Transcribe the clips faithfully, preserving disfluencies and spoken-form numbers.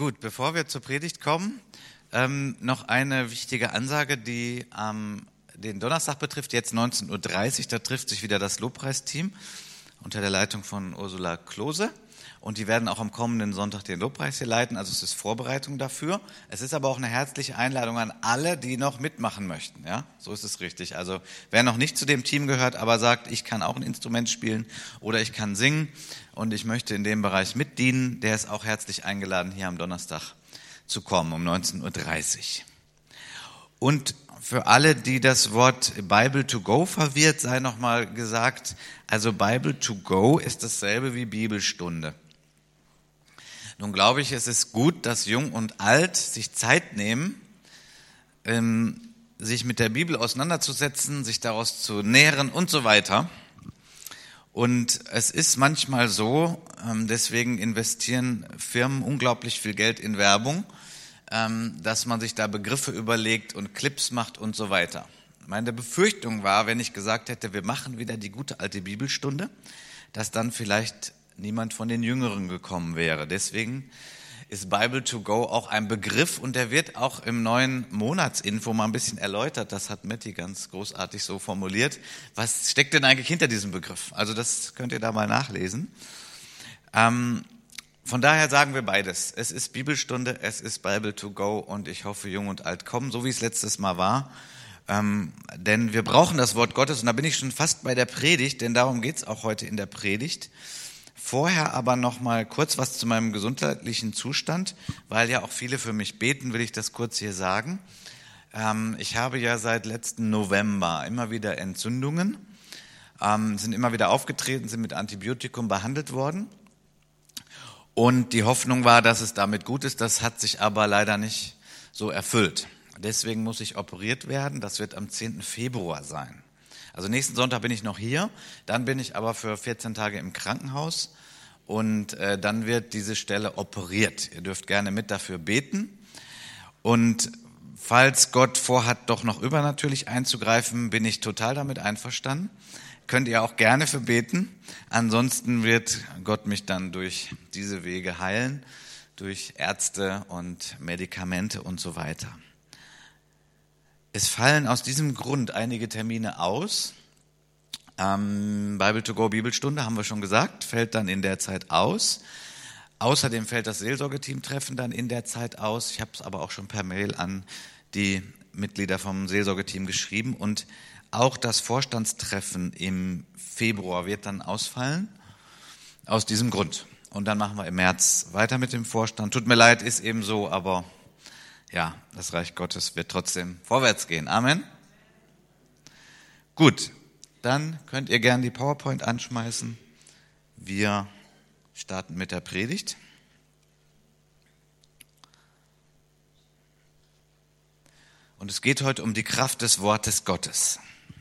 Gut, bevor wir zur Predigt kommen, ähm, noch eine wichtige Ansage, die ähm, den Donnerstag betrifft, jetzt neunzehn Uhr dreißig, da trifft sich wieder das Lobpreisteam unter der Leitung von Ursula Klose und die werden auch am kommenden Sonntag den Lobpreis hier leiten, also es ist Vorbereitung dafür. Es ist aber auch eine herzliche Einladung an alle, die noch mitmachen möchten, ja, so ist es richtig. Also wer noch nicht zu dem Team gehört, aber sagt, ich kann auch ein Instrument spielen oder ich kann singen und ich möchte in dem Bereich mitdienen, der ist auch herzlich eingeladen, hier am Donnerstag zu kommen um neunzehn Uhr dreißig. Und für alle, die das Wort Bible to go verwirrt, sei nochmal gesagt, also Bible to go ist dasselbe wie Bibelstunde. Nun glaube ich, es ist gut, dass Jung und Alt sich Zeit nehmen, ähm, sich mit der Bibel auseinanderzusetzen, sich daraus zu nähren und so weiter. Und es ist manchmal so, ähm, deswegen investieren Firmen unglaublich viel Geld in Werbung, ähm, dass man sich da Begriffe überlegt und Clips macht und so weiter. Meine Befürchtung war, wenn ich gesagt hätte, wir machen wieder die gute alte Bibelstunde, dass dann vielleicht niemand von den Jüngeren gekommen wäre. Deswegen ist Bible to go auch ein Begriff und der wird auch im neuen Monatsinfo mal ein bisschen erläutert. Das hat Matti ganz großartig so formuliert. Was steckt denn eigentlich hinter diesem Begriff? Also das könnt ihr da mal nachlesen. Ähm, von daher sagen wir beides. Es ist Bibelstunde, es ist Bible to go und ich hoffe, Jung und Alt kommen, so wie es letztes Mal war. Ähm, denn wir brauchen das Wort Gottes und da bin ich schon fast bei der Predigt, denn darum geht's auch heute in der Predigt. Vorher aber noch mal kurz was zu meinem gesundheitlichen Zustand, weil ja auch viele für mich beten, will ich das kurz hier sagen. Ähm, ich habe ja seit letzten November immer wieder Entzündungen, ähm, sind immer wieder aufgetreten, sind mit Antibiotikum behandelt worden. Und die Hoffnung war, dass es damit gut ist, das hat sich aber leider nicht so erfüllt. Deswegen muss ich operiert werden, das wird am zehnten Februar sein. Also nächsten Sonntag bin ich noch hier, dann bin ich aber für vierzehn Tage im Krankenhaus und äh, dann wird diese Stelle operiert. Ihr dürft gerne mit dafür beten und falls Gott vorhat, doch noch übernatürlich einzugreifen, bin ich total damit einverstanden. Könnt ihr auch gerne für beten. Ansonsten wird Gott mich dann durch diese Wege heilen, durch Ärzte und Medikamente und so weiter. Es fallen aus diesem Grund einige Termine aus. Ähm, Bible to go Bibelstunde, haben wir schon gesagt, fällt dann in der Zeit aus. Außerdem fällt das Seelsorgeteam-Treffen dann in der Zeit aus. Ich habe es aber auch schon per Mail an die Mitglieder vom Seelsorgeteam geschrieben. Und auch das Vorstandstreffen im Februar wird dann ausfallen, aus diesem Grund. Und dann machen wir im März weiter mit dem Vorstand. Tut mir leid, ist eben so, aber ja, das Reich Gottes wird trotzdem vorwärts gehen. Amen. Gut, dann könnt ihr gerne die PowerPoint anschmeißen. Wir starten mit der Predigt. Und es geht heute um die Kraft des Wortes Gottes.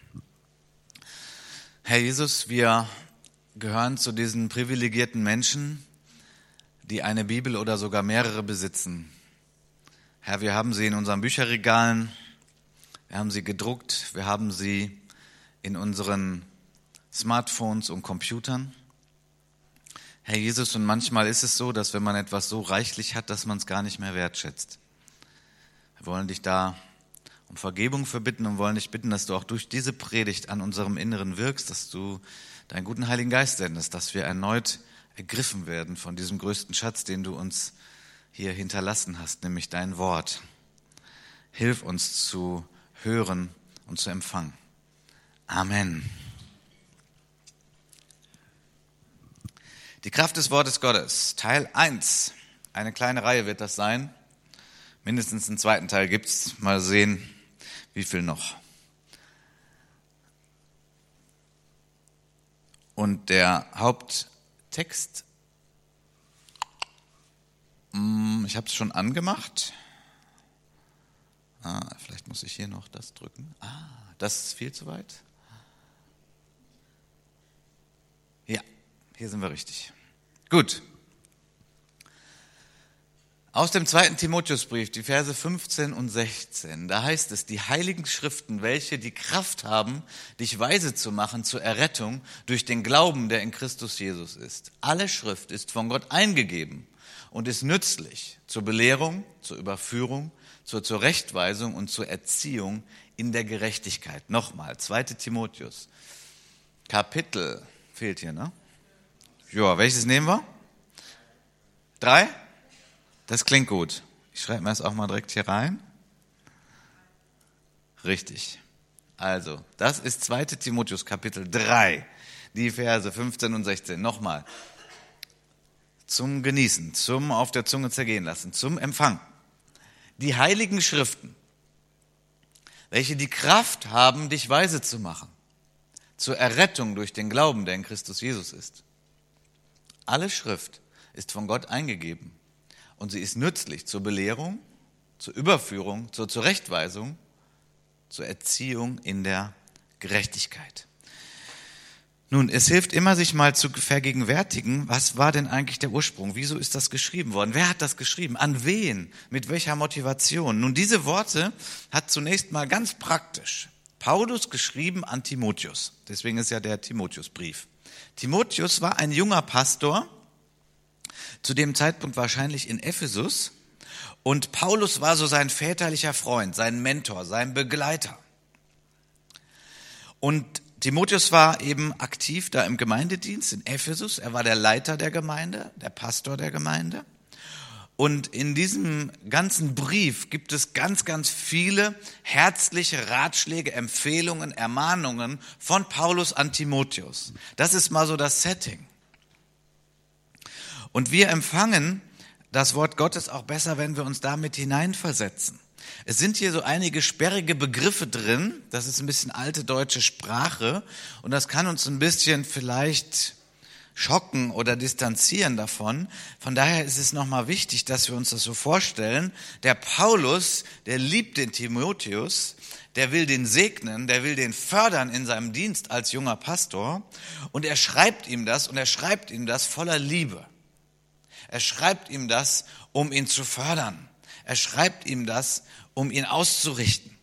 Herr Jesus, wir gehören zu diesen privilegierten Menschen, die eine Bibel oder sogar mehrere besitzen. Herr, wir haben sie in unseren Bücherregalen, wir haben sie gedruckt, wir haben sie in unseren Smartphones und Computern. Herr Jesus, und manchmal ist es so, dass wenn man etwas so reichlich hat, dass man es gar nicht mehr wertschätzt. Wir wollen dich da um Vergebung für bitten und wollen dich bitten, dass du auch durch diese Predigt an unserem Inneren wirkst, dass du deinen guten Heiligen Geist sendest, dass wir erneut ergriffen werden von diesem größten Schatz, den du uns hier hinterlassen hast, nämlich dein Wort. Hilf uns zu hören und zu empfangen. Amen. Die Kraft des Wortes Gottes, Teil eins. Eine kleine Reihe wird das sein. Mindestens einen zweiten Teil gibt's. Mal sehen, wie viel noch. Und der Haupttext, ich habe es schon angemacht. Ah, vielleicht muss ich hier noch das drücken. Ah, das ist viel zu weit. Ja, hier sind wir richtig. Gut. Aus dem zweiten Timotheusbrief, die Verse fünfzehn und sechzehn, da heißt es, die heiligen Schriften, welche die Kraft haben, dich weise zu machen zur Errettung durch den Glauben, der in Christus Jesus ist. Alle Schrift ist von Gott eingegeben und ist nützlich zur Belehrung, zur Überführung, zur Zurechtweisung und zur Erziehung in der Gerechtigkeit. Nochmal, zweiter Timotheus, Kapitel, fehlt hier, ne? Ja, welches nehmen wir? Drei? Das klingt gut. Ich schreibe mir das auch mal direkt hier rein. Richtig. Also, das ist zweiter Timotheus, Kapitel drei, die Verse fünfzehn und sechzehn. Nochmal. Zum Genießen, zum auf der Zunge zergehen lassen, zum Empfang. Die heiligen Schriften, welche die Kraft haben, dich weise zu machen, zur Errettung durch den Glauben, der in Christus Jesus ist. Alle Schrift ist von Gott eingegeben und sie ist nützlich zur Belehrung, zur Überführung, zur Zurechtweisung, zur Erziehung in der Gerechtigkeit. Nun, es hilft immer, sich mal zu vergegenwärtigen, was war denn eigentlich der Ursprung? Wieso ist das geschrieben worden? Wer hat das geschrieben? An wen? Mit welcher Motivation? Nun, diese Worte hat zunächst mal ganz praktisch Paulus geschrieben an Timotheus. Deswegen ist ja der Timotheusbrief. Timotheus war ein junger Pastor, zu dem Zeitpunkt wahrscheinlich in Ephesus. Und Paulus war so sein väterlicher Freund, sein Mentor, sein Begleiter. Und Timotheus war eben aktiv da im Gemeindedienst in Ephesus. Er war der Leiter der Gemeinde, der Pastor der Gemeinde. Und in diesem ganzen Brief gibt es ganz, ganz viele herzliche Ratschläge, Empfehlungen, Ermahnungen von Paulus an Timotheus. Das ist mal so das Setting. Und wir empfangen das Wort Gottes auch besser, wenn wir uns damit hineinversetzen. Es sind hier so einige sperrige Begriffe drin, das ist ein bisschen alte deutsche Sprache und das kann uns ein bisschen vielleicht schocken oder distanzieren davon. Von daher ist es nochmal wichtig, dass wir uns das so vorstellen. Der Paulus, der liebt den Timotheus, der will den segnen, der will den fördern in seinem Dienst als junger Pastor und er schreibt ihm das und er schreibt ihm das voller Liebe. Er schreibt ihm das, um ihn zu fördern. Er schreibt ihm das, um ihn auszurichten.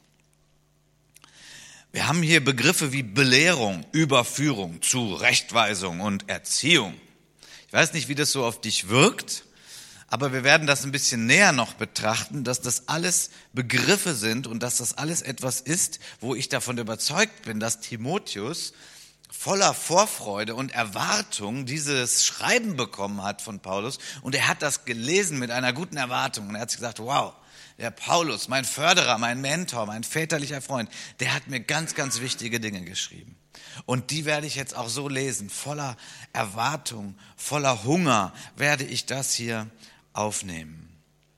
Wir haben hier Begriffe wie Belehrung, Überführung, Zurechtweisung und Erziehung. Ich weiß nicht, wie das so auf dich wirkt, aber wir werden das ein bisschen näher noch betrachten, dass das alles Begriffe sind und dass das alles etwas ist, wo ich davon überzeugt bin, dass Timotheus voller Vorfreude und Erwartung dieses Schreiben bekommen hat von Paulus und er hat das gelesen mit einer guten Erwartung und er hat sich gesagt, wow, der Paulus, mein Förderer, mein Mentor, mein väterlicher Freund, der hat mir ganz, ganz wichtige Dinge geschrieben und die werde ich jetzt auch so lesen, voller Erwartung, voller Hunger werde ich das hier aufnehmen.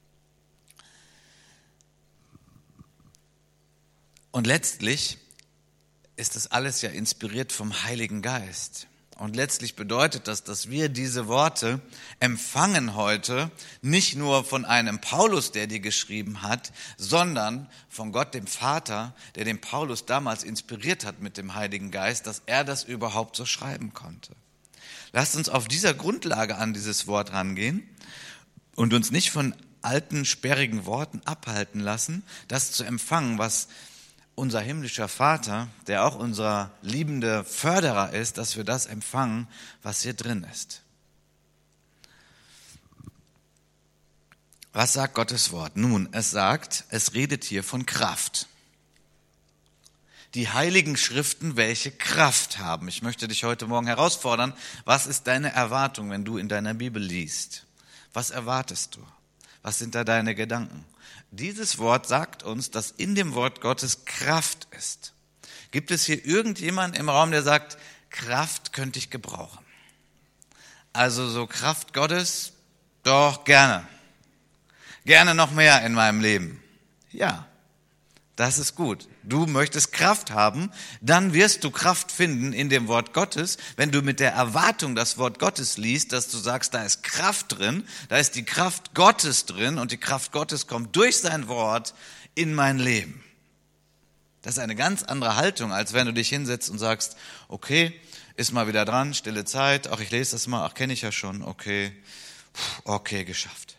Und letztlich ist das alles ja inspiriert vom Heiligen Geist. Und letztlich bedeutet das, dass wir diese Worte empfangen heute, nicht nur von einem Paulus, der die geschrieben hat, sondern von Gott, dem Vater, der den Paulus damals inspiriert hat mit dem Heiligen Geist, dass er das überhaupt so schreiben konnte. Lasst uns auf dieser Grundlage an dieses Wort rangehen und uns nicht von alten, sperrigen Worten abhalten lassen, das zu empfangen, was unser himmlischer Vater, der auch unser liebender Förderer ist, dass wir das empfangen, was hier drin ist. Was sagt Gottes Wort? Nun, es sagt, es redet hier von Kraft. Die heiligen Schriften, welche Kraft haben. Ich möchte dich heute Morgen herausfordern, was ist deine Erwartung, wenn du in deiner Bibel liest? Was erwartest du? Was sind da deine Gedanken? Dieses Wort sagt uns, dass in dem Wort Gottes Kraft ist. Gibt es hier irgendjemanden im Raum, der sagt, Kraft könnte ich gebrauchen? Also so Kraft Gottes, doch gerne. Gerne noch mehr in meinem Leben. Ja, das ist gut. Du möchtest Kraft haben, dann wirst du Kraft finden in dem Wort Gottes, wenn du mit der Erwartung das Wort Gottes liest, dass du sagst, da ist Kraft drin, da ist die Kraft Gottes drin und die Kraft Gottes kommt durch sein Wort in mein Leben. Das ist eine ganz andere Haltung, als wenn du dich hinsetzt und sagst, okay, ist mal wieder dran, stille Zeit, ach ich lese das mal, ach kenne ich ja schon, okay, okay, geschafft.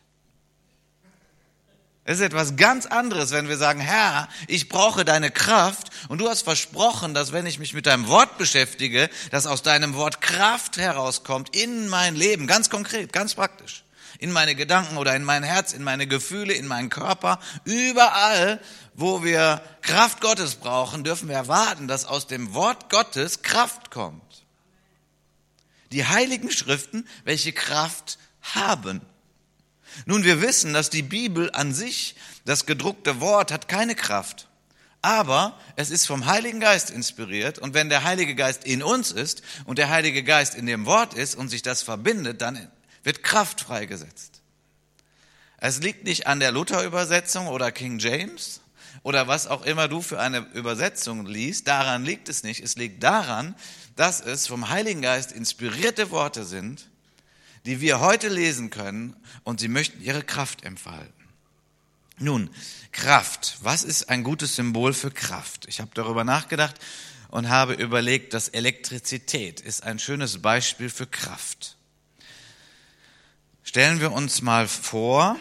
Es ist etwas ganz anderes, wenn wir sagen, Herr, ich brauche deine Kraft und du hast versprochen, dass wenn ich mich mit deinem Wort beschäftige, dass aus deinem Wort Kraft herauskommt in mein Leben, ganz konkret, ganz praktisch, in meine Gedanken oder in mein Herz, in meine Gefühle, in meinen Körper. Überall, wo wir Kraft Gottes brauchen, dürfen wir erwarten, dass aus dem Wort Gottes Kraft kommt. Die Heiligen Schriften, welche Kraft haben. Nun, wir wissen, dass die Bibel an sich, das gedruckte Wort, hat keine Kraft. Aber es ist vom Heiligen Geist inspiriert und wenn der Heilige Geist in uns ist und der Heilige Geist in dem Wort ist und sich das verbindet, dann wird Kraft freigesetzt. Es liegt nicht an der Luther-Übersetzung oder King James oder was auch immer du für eine Übersetzung liest, daran liegt es nicht. Es liegt daran, dass es vom Heiligen Geist inspirierte Worte sind, die wir heute lesen können und sie möchten ihre Kraft entfalten. Nun, Kraft. Was ist ein gutes Symbol für Kraft? Ich habe darüber nachgedacht und habe überlegt, dass Elektrizität ist ein schönes Beispiel für Kraft. Stellen wir uns mal vor,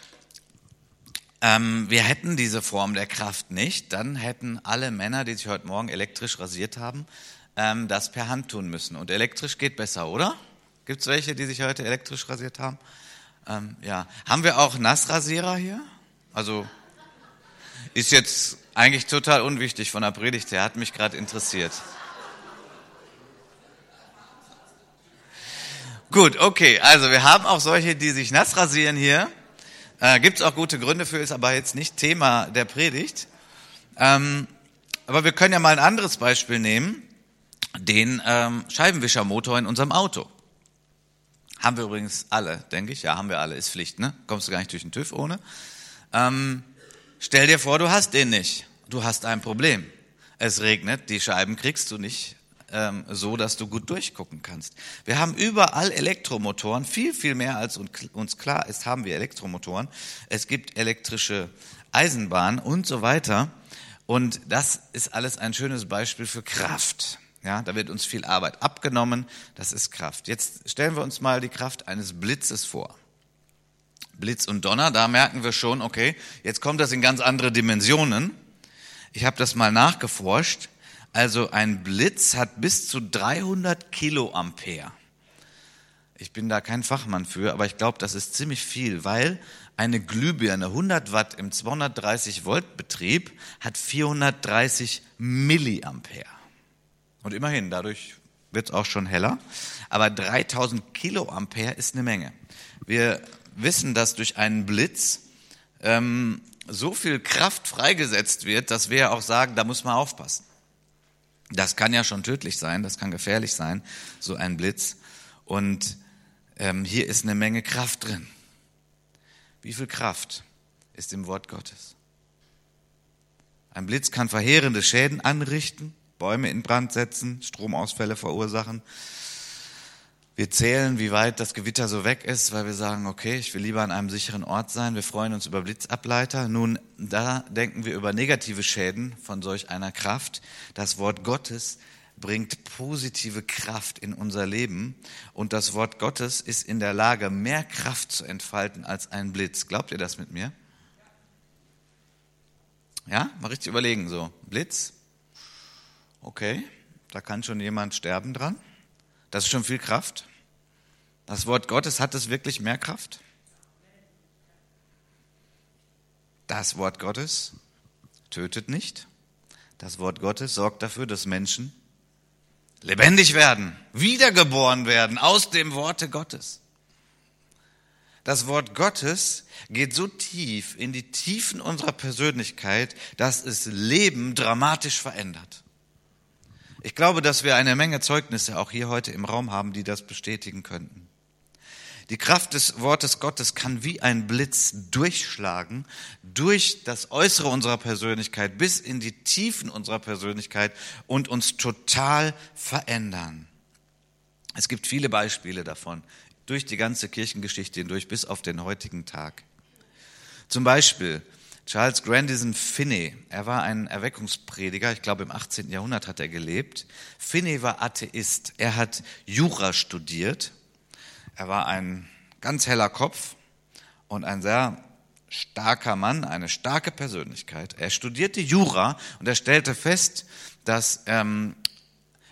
ähm, wir hätten diese Form der Kraft nicht, dann hätten alle Männer, die sich heute Morgen elektrisch rasiert haben, ähm, das per Hand tun müssen. Und elektrisch geht besser, oder? Gibt es welche, die sich heute elektrisch rasiert haben? Ähm, ja. Haben wir auch Nassrasierer hier? Also ist jetzt eigentlich total unwichtig von der Predigt her, hat mich gerade interessiert. Gut, okay, also wir haben auch solche, die sich nass rasieren hier. Äh, Gibt es auch gute Gründe für, ist aber jetzt nicht Thema der Predigt. Ähm, aber wir können ja mal ein anderes Beispiel nehmen, den ähm, Scheibenwischermotor in unserem Auto. Haben wir übrigens alle, denke ich. Ja, haben wir alle, ist Pflicht, ne? Kommst du gar nicht durch den TÜV ohne. Ähm, stell dir vor, du hast den nicht. Du hast ein Problem. Es regnet, die Scheiben kriegst du nicht ähm, so, dass du gut durchgucken kannst. Wir haben überall Elektromotoren, viel, viel mehr als uns klar ist, haben wir Elektromotoren. Es gibt elektrische Eisenbahnen und so weiter. Und das ist alles ein schönes Beispiel für Kraft. Ja, da wird uns viel Arbeit abgenommen, das ist Kraft. Jetzt stellen wir uns mal die Kraft eines Blitzes vor. Blitz und Donner, da merken wir schon, okay, jetzt kommt das in ganz andere Dimensionen. Ich habe das mal nachgeforscht. Also ein Blitz hat bis zu dreihundert Kiloampere. Ich bin da kein Fachmann für, aber ich glaube, das ist ziemlich viel, weil eine Glühbirne hundert Watt im zweihundertdreißig Volt Betrieb hat vierhundertdreißig Milliampere. Und immerhin, dadurch wird es auch schon heller. Aber dreitausend Kiloampere ist eine Menge. Wir wissen, dass durch einen Blitz ähm, so viel Kraft freigesetzt wird, dass wir auch sagen, da muss man aufpassen. Das kann ja schon tödlich sein, das kann gefährlich sein, so ein Blitz. Und ähm, hier ist eine Menge Kraft drin. Wie viel Kraft ist im Wort Gottes? Ein Blitz kann verheerende Schäden anrichten, Bäume in Brand setzen, Stromausfälle verursachen. Wir zählen, wie weit das Gewitter so weg ist, weil wir sagen, okay, ich will lieber an einem sicheren Ort sein. Wir freuen uns über Blitzableiter. Nun, da denken wir über negative Schäden von solch einer Kraft. Das Wort Gottes bringt positive Kraft in unser Leben. Und das Wort Gottes ist in der Lage, mehr Kraft zu entfalten als ein Blitz. Glaubt ihr das mit mir? Ja, mal richtig überlegen so. Blitz? Okay, da kann schon jemand sterben dran. Das ist schon viel Kraft. Das Wort Gottes, hat es wirklich mehr Kraft? Das Wort Gottes tötet nicht. Das Wort Gottes sorgt dafür, dass Menschen lebendig werden, wiedergeboren werden aus dem Worte Gottes. Das Wort Gottes geht so tief in die Tiefen unserer Persönlichkeit, dass es Leben dramatisch verändert. Ich glaube, dass wir eine Menge Zeugnisse auch hier heute im Raum haben, die das bestätigen könnten. Die Kraft des Wortes Gottes kann wie ein Blitz durchschlagen, durch das Äußere unserer Persönlichkeit bis in die Tiefen unserer Persönlichkeit und uns total verändern. Es gibt viele Beispiele davon, durch die ganze Kirchengeschichte hindurch bis auf den heutigen Tag. Zum Beispiel Charles Grandison Finney, er war ein Erweckungsprediger, ich glaube im achtzehnten Jahrhundert hat er gelebt. Finney war Atheist, er hat Jura studiert, er war ein ganz heller Kopf und ein sehr starker Mann, eine starke Persönlichkeit. Er studierte Jura und er stellte fest, dass ähm,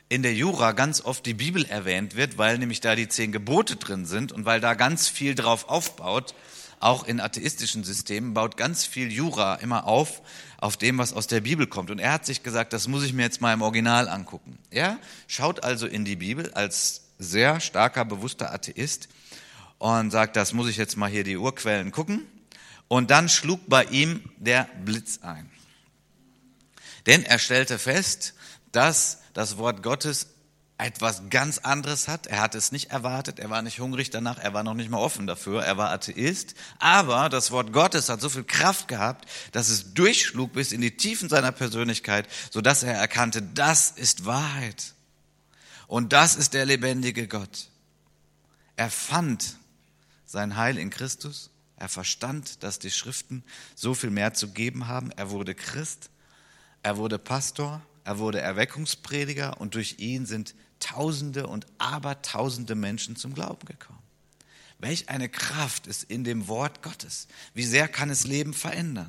in der Jura ganz oft die Bibel erwähnt wird, weil nämlich da die zehn Gebote drin sind und weil da ganz viel drauf aufbaut. Auch in atheistischen Systemen baut ganz viel Jura immer auf, auf dem, was aus der Bibel kommt. Und er hat sich gesagt, das muss ich mir jetzt mal im Original angucken. Er schaut also in die Bibel als sehr starker, bewusster Atheist und sagt, das muss ich jetzt mal hier die Urquellen gucken. Und dann schlug bei ihm der Blitz ein. Denn er stellte fest, dass das Wort Gottes etwas ganz anderes hat. Er hat es nicht erwartet, er war nicht hungrig danach, er war noch nicht mal offen dafür, er war Atheist. Aber das Wort Gottes hat so viel Kraft gehabt, dass es durchschlug bis in die Tiefen seiner Persönlichkeit, sodass er erkannte, das ist Wahrheit. Und das ist der lebendige Gott. Er fand sein Heil in Christus. Er verstand, dass die Schriften so viel mehr zu geben haben. Er wurde Christ, er wurde Pastor, er wurde Erweckungsprediger und durch ihn sind Tausende und Abertausende Menschen zum Glauben gekommen. Welch eine Kraft ist in dem Wort Gottes. Wie sehr kann es Leben verändern?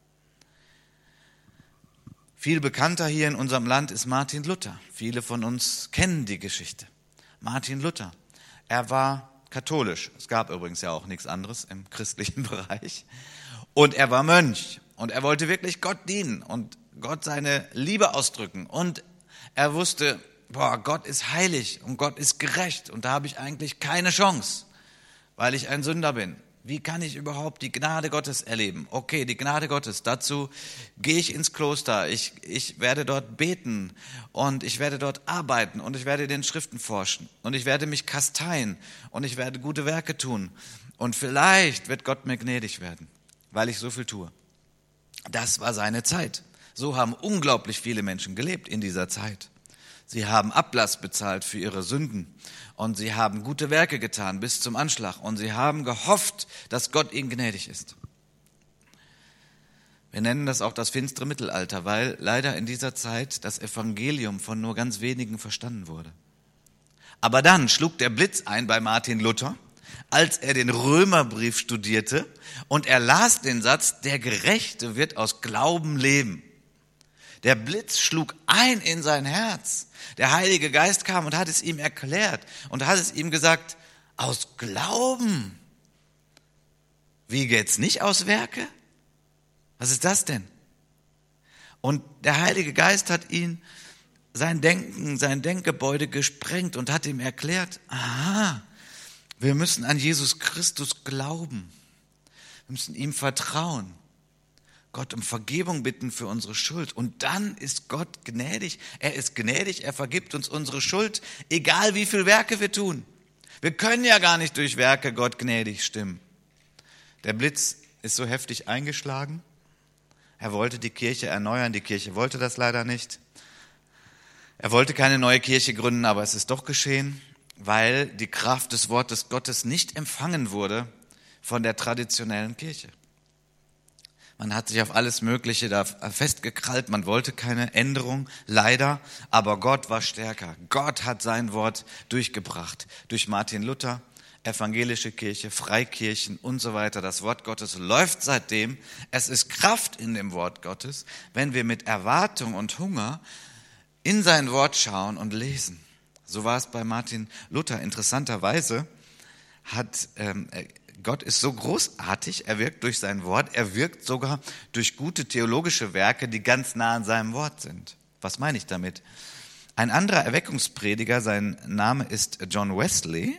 Viel bekannter hier in unserem Land ist Martin Luther. Viele von uns kennen die Geschichte. Martin Luther, er war katholisch. Es gab übrigens ja auch nichts anderes im christlichen Bereich. Und er war Mönch. Und er wollte wirklich Gott dienen und Gott seine Liebe ausdrücken. Und er wusste, boah, Gott ist heilig und Gott ist gerecht. Und da habe ich eigentlich keine Chance, weil ich ein Sünder bin. Wie kann ich überhaupt die Gnade Gottes erleben? Okay, die Gnade Gottes, dazu gehe ich ins Kloster, ich, ich werde dort beten und ich werde dort arbeiten und ich werde den Schriften forschen und ich werde mich kasteien und ich werde gute Werke tun und vielleicht wird Gott mir gnädig werden, weil ich so viel tue. Das war seine Zeit. So haben unglaublich viele Menschen gelebt in dieser Zeit. Sie haben Ablass bezahlt für ihre Sünden und sie haben gute Werke getan bis zum Anschlag und sie haben gehofft, dass Gott ihnen gnädig ist. Wir nennen das auch das finstere Mittelalter, weil leider in dieser Zeit das Evangelium von nur ganz wenigen verstanden wurde. Aber dann schlug der Blitz ein bei Martin Luther, als er den Römerbrief studierte und er las den Satz, der Gerechte wird aus Glauben leben. Der Blitz schlug ein in sein Herz. Der Heilige Geist kam und hat es ihm erklärt und hat es ihm gesagt, aus Glauben. Wie geht's nicht aus Werke? Was ist das denn? Und der Heilige Geist hat ihn, sein Denken, sein Denkgebäude gesprengt und hat ihm erklärt, aha, wir müssen an Jesus Christus glauben. Wir müssen ihm vertrauen. Gott um Vergebung bitten für unsere Schuld. Und dann ist Gott gnädig. Er ist gnädig, er vergibt uns unsere Schuld, egal wie viel Werke wir tun. Wir können ja gar nicht durch Werke Gott gnädig stimmen. Der Blitz ist so heftig eingeschlagen. Er wollte die Kirche erneuern, die Kirche wollte das leider nicht. Er wollte keine neue Kirche gründen, aber es ist doch geschehen, weil die Kraft des Wortes Gottes nicht empfangen wurde von der traditionellen Kirche. Man hat sich auf alles Mögliche da festgekrallt, man wollte keine Änderung, leider, aber Gott war stärker. Gott hat sein Wort durchgebracht. Durch Martin Luther, evangelische Kirche, Freikirchen und so weiter. Das Wort Gottes läuft seitdem. Es ist Kraft in dem Wort Gottes, wenn wir mit Erwartung und Hunger in sein Wort schauen und lesen. So war es bei Martin Luther. Interessanterweise hat ähm, Gott ist so großartig, er wirkt durch sein Wort, er wirkt sogar durch gute theologische Werke, die ganz nah an seinem Wort sind. Was meine ich damit? Ein anderer Erweckungsprediger, sein Name ist John Wesley.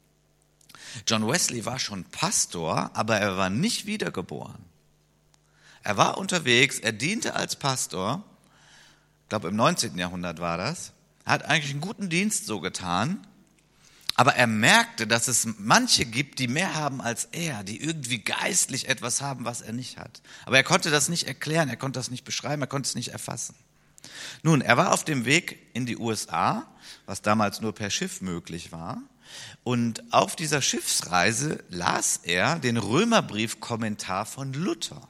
John Wesley war schon Pastor, aber er war nicht wiedergeboren. Er war unterwegs, er diente als Pastor, ich glaube im neunzehnten Jahrhundert war das, er hat eigentlich einen guten Dienst so getan, aber er merkte, dass es manche gibt, die mehr haben als er, die irgendwie geistlich etwas haben, was er nicht hat. Aber er konnte das nicht erklären, er konnte das nicht beschreiben, er konnte es nicht erfassen. Nun, er war auf dem Weg in die U S A, was damals nur per Schiff möglich war. Und auf dieser Schiffsreise las er den Römerbrief-Kommentar von Luther.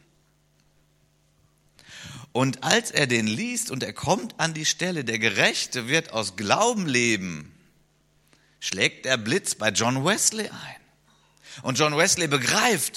Und als er den liest und er kommt an die Stelle, der Gerechte wird aus Glauben leben, schlägt der Blitz bei John Wesley ein. Und John Wesley begreift,